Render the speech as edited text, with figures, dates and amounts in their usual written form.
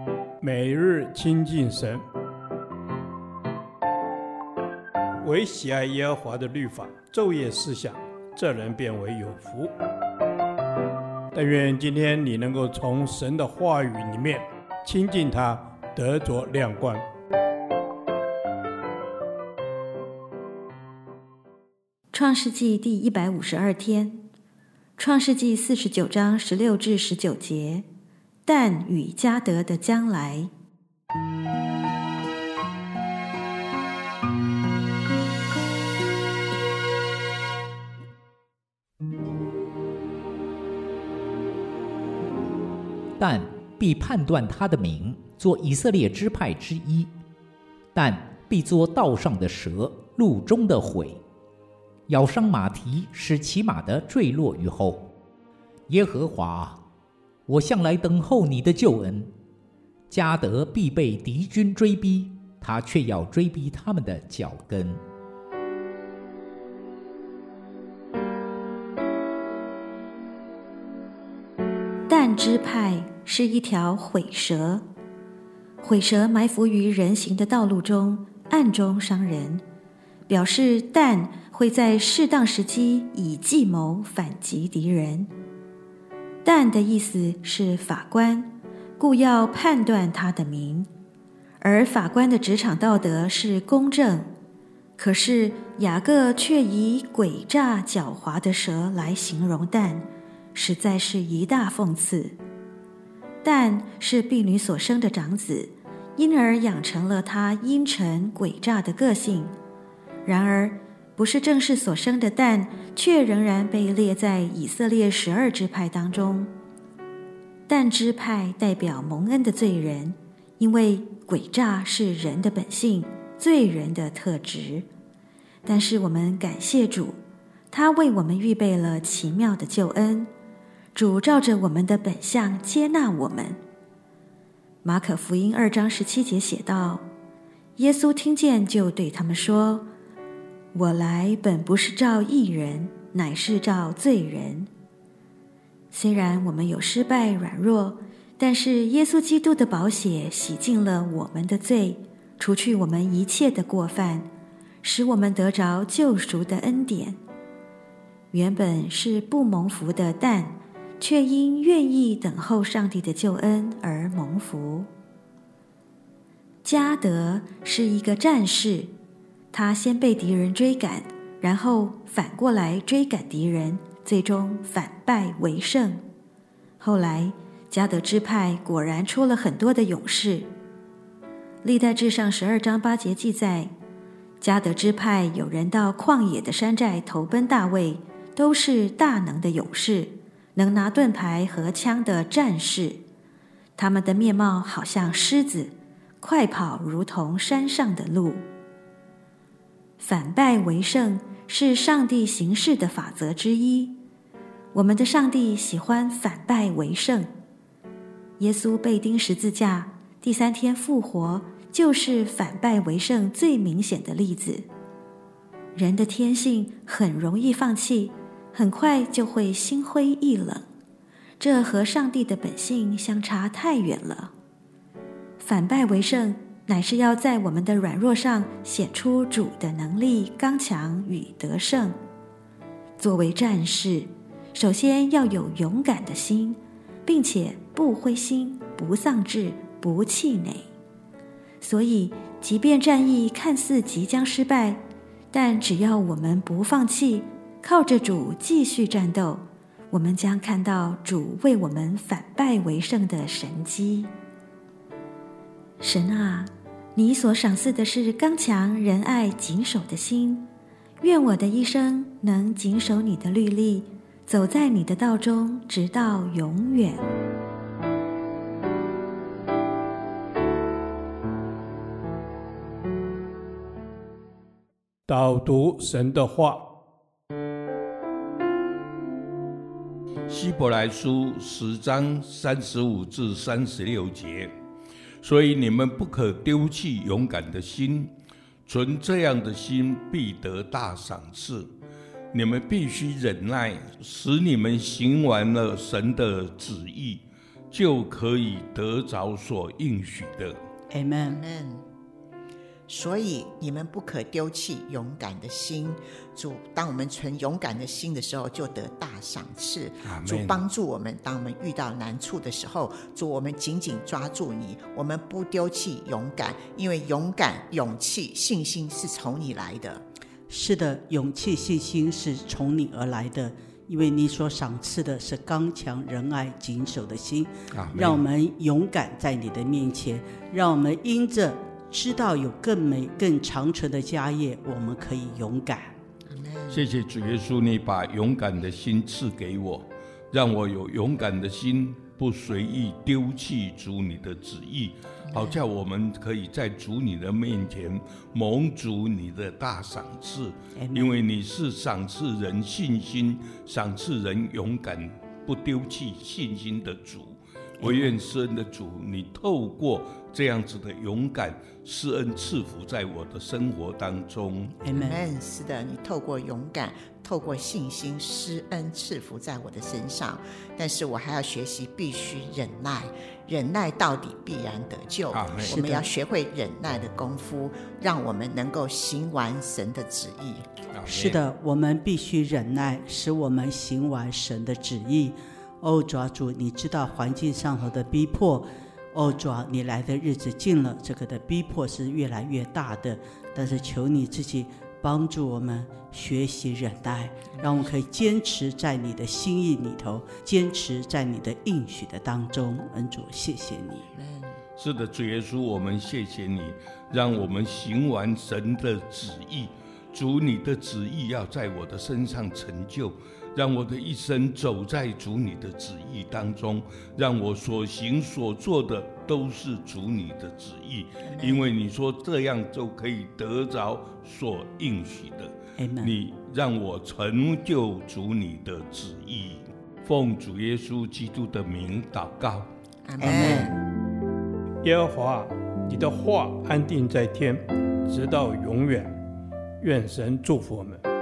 每日亲近神，唯喜爱耶和华的律法，昼夜思想，这人变为有福。但愿今天你能够从神的话语里面亲近他，得着亮光。 创世纪第152天，创世纪49章16至19节，但与迦得的将来。 但必判断他的名，做以色列支派之一。但必作道上的蛇，路中的毁，咬伤马蹄，使骑马的坠落于后。耶和华啊，我向来等候你的救恩。迦得必被敌军追逼，他却要追逼他们的脚跟。 但支派是一条毁蛇，毁蛇埋伏于人行的道路中，暗中伤人，表示但会在适当时机以计谋反击敌人。但的意思是法官，故要判断他的名，而法官的职场道德是公正。可是雅各却以诡诈狡猾的蛇来形容但，实在是一大讽刺。但是婢女所生的长子，因而养成了他阴沉诡诈的个性。然而不是正室所生的但，却仍然被列在以色列12支派当中。但支派代表蒙恩的罪人，因为诡诈是人的本性，罪人的特质。但是我们感谢主，他为我们预备了奇妙的救恩，主照着我们的本相接纳我们。马可福音2章17节写道，耶稣听见就对他们说，我来本不是召义人，乃是召罪人。虽然我们有失败软弱，但是耶稣基督的宝血洗净了我们的罪，除去我们一切的过犯，使我们得着救赎的恩典。原本是不蒙福的但，却因愿意等候上帝的救恩而蒙福。迦得是一个战士，他先被敌人追赶，然后反过来追赶敌人，最终反败为胜。后来迦得支派果然出了很多的勇士。历代志上12章8节记载，迦得支派有人到旷野的山寨投奔大卫，都是大能的勇士，能拿盾牌和枪的战士。他们的面貌好像狮子，快跑如同山上的鹿。反败为胜是上帝行事的法则之一。我们的上帝喜欢反败为胜。耶稣被钉十字架，第3天复活，就是反败为胜最明显的例子。人的天性很容易放弃，很快就会心灰意冷，这和上帝的本性相差太远了。反败为胜乃是要在我们的软弱上显出主的能力、刚强与得胜。作为战士，首先要有勇敢的心，并且不灰心、不丧志、不气馁。所以即便战役看似即将失败，但只要我们不放弃，靠着主继续战斗，我们将看到主为我们反败为胜的神迹。神啊，你所赏赐的是刚强、仁爱、谨守的心。愿我的一生能谨守你的律例，走在你的道中，直到永远。 导读神的话。 希伯来书10章35至36节，所以你们不可丢弃勇敢的心，存这样的心必得大赏赐。你们必须忍耐，使你们行完了神的旨意， 就可以得着所应许的。 Amen。 所以你们不可丢弃勇敢的心。主，当我们存勇敢的心的时候，就得大赏赐。主帮助我们，当我们遇到难处的时候，主，我们紧紧抓住你，我们不丢弃勇敢，因为勇敢、勇气、信心是从你来的。 是的，勇气、信心是从你而来的，因为你所赏赐的是刚强、仁爱、谨守的心。让我们勇敢在你的面前，让我们因着知道有更美更长存的家业，我们可以勇敢。 谢谢主耶稣，你把勇敢的心赐给我，让我有勇敢的心，不随意丢弃主你的旨意，好叫我们可以在主你的面前蒙主你的大赏赐。因为你是赏赐人信心、赏赐人勇敢、不丢弃信心的主。我愿施恩的主，你透过这样子的勇敢施恩赐福在我的生活当中。 Amen。 是的，你透过勇敢，透过信心施恩赐福在我的身上，但是我还要学习必须忍耐，忍耐到底必然得救。我们要学会忍耐的功夫，让我们能够行完神的旨意。 是的，我们必须忍耐，使我们行完神的旨意。主啊，主，你知道环境上头的逼迫，主啊，你来的日子近了，这个的逼迫是越来越大的，但是求你自己帮助我们学习忍耐，让我们可以坚持在你的心意里头，坚持在你的应许的当中。恩主，谢谢你。 是的，主耶稣，我们谢谢你，让我们行完神的旨意。主，你的旨意要在我的身上成就，让我的一生走在主你的旨意当中，让我所行所做的都是主你的旨意，因为你说这样就可以得着所应许的。你让我成就主你的旨意，奉主耶稣基督的名祷告， 阿们。 耶和华，你的话安定在天，直到永远。愿神祝福我们。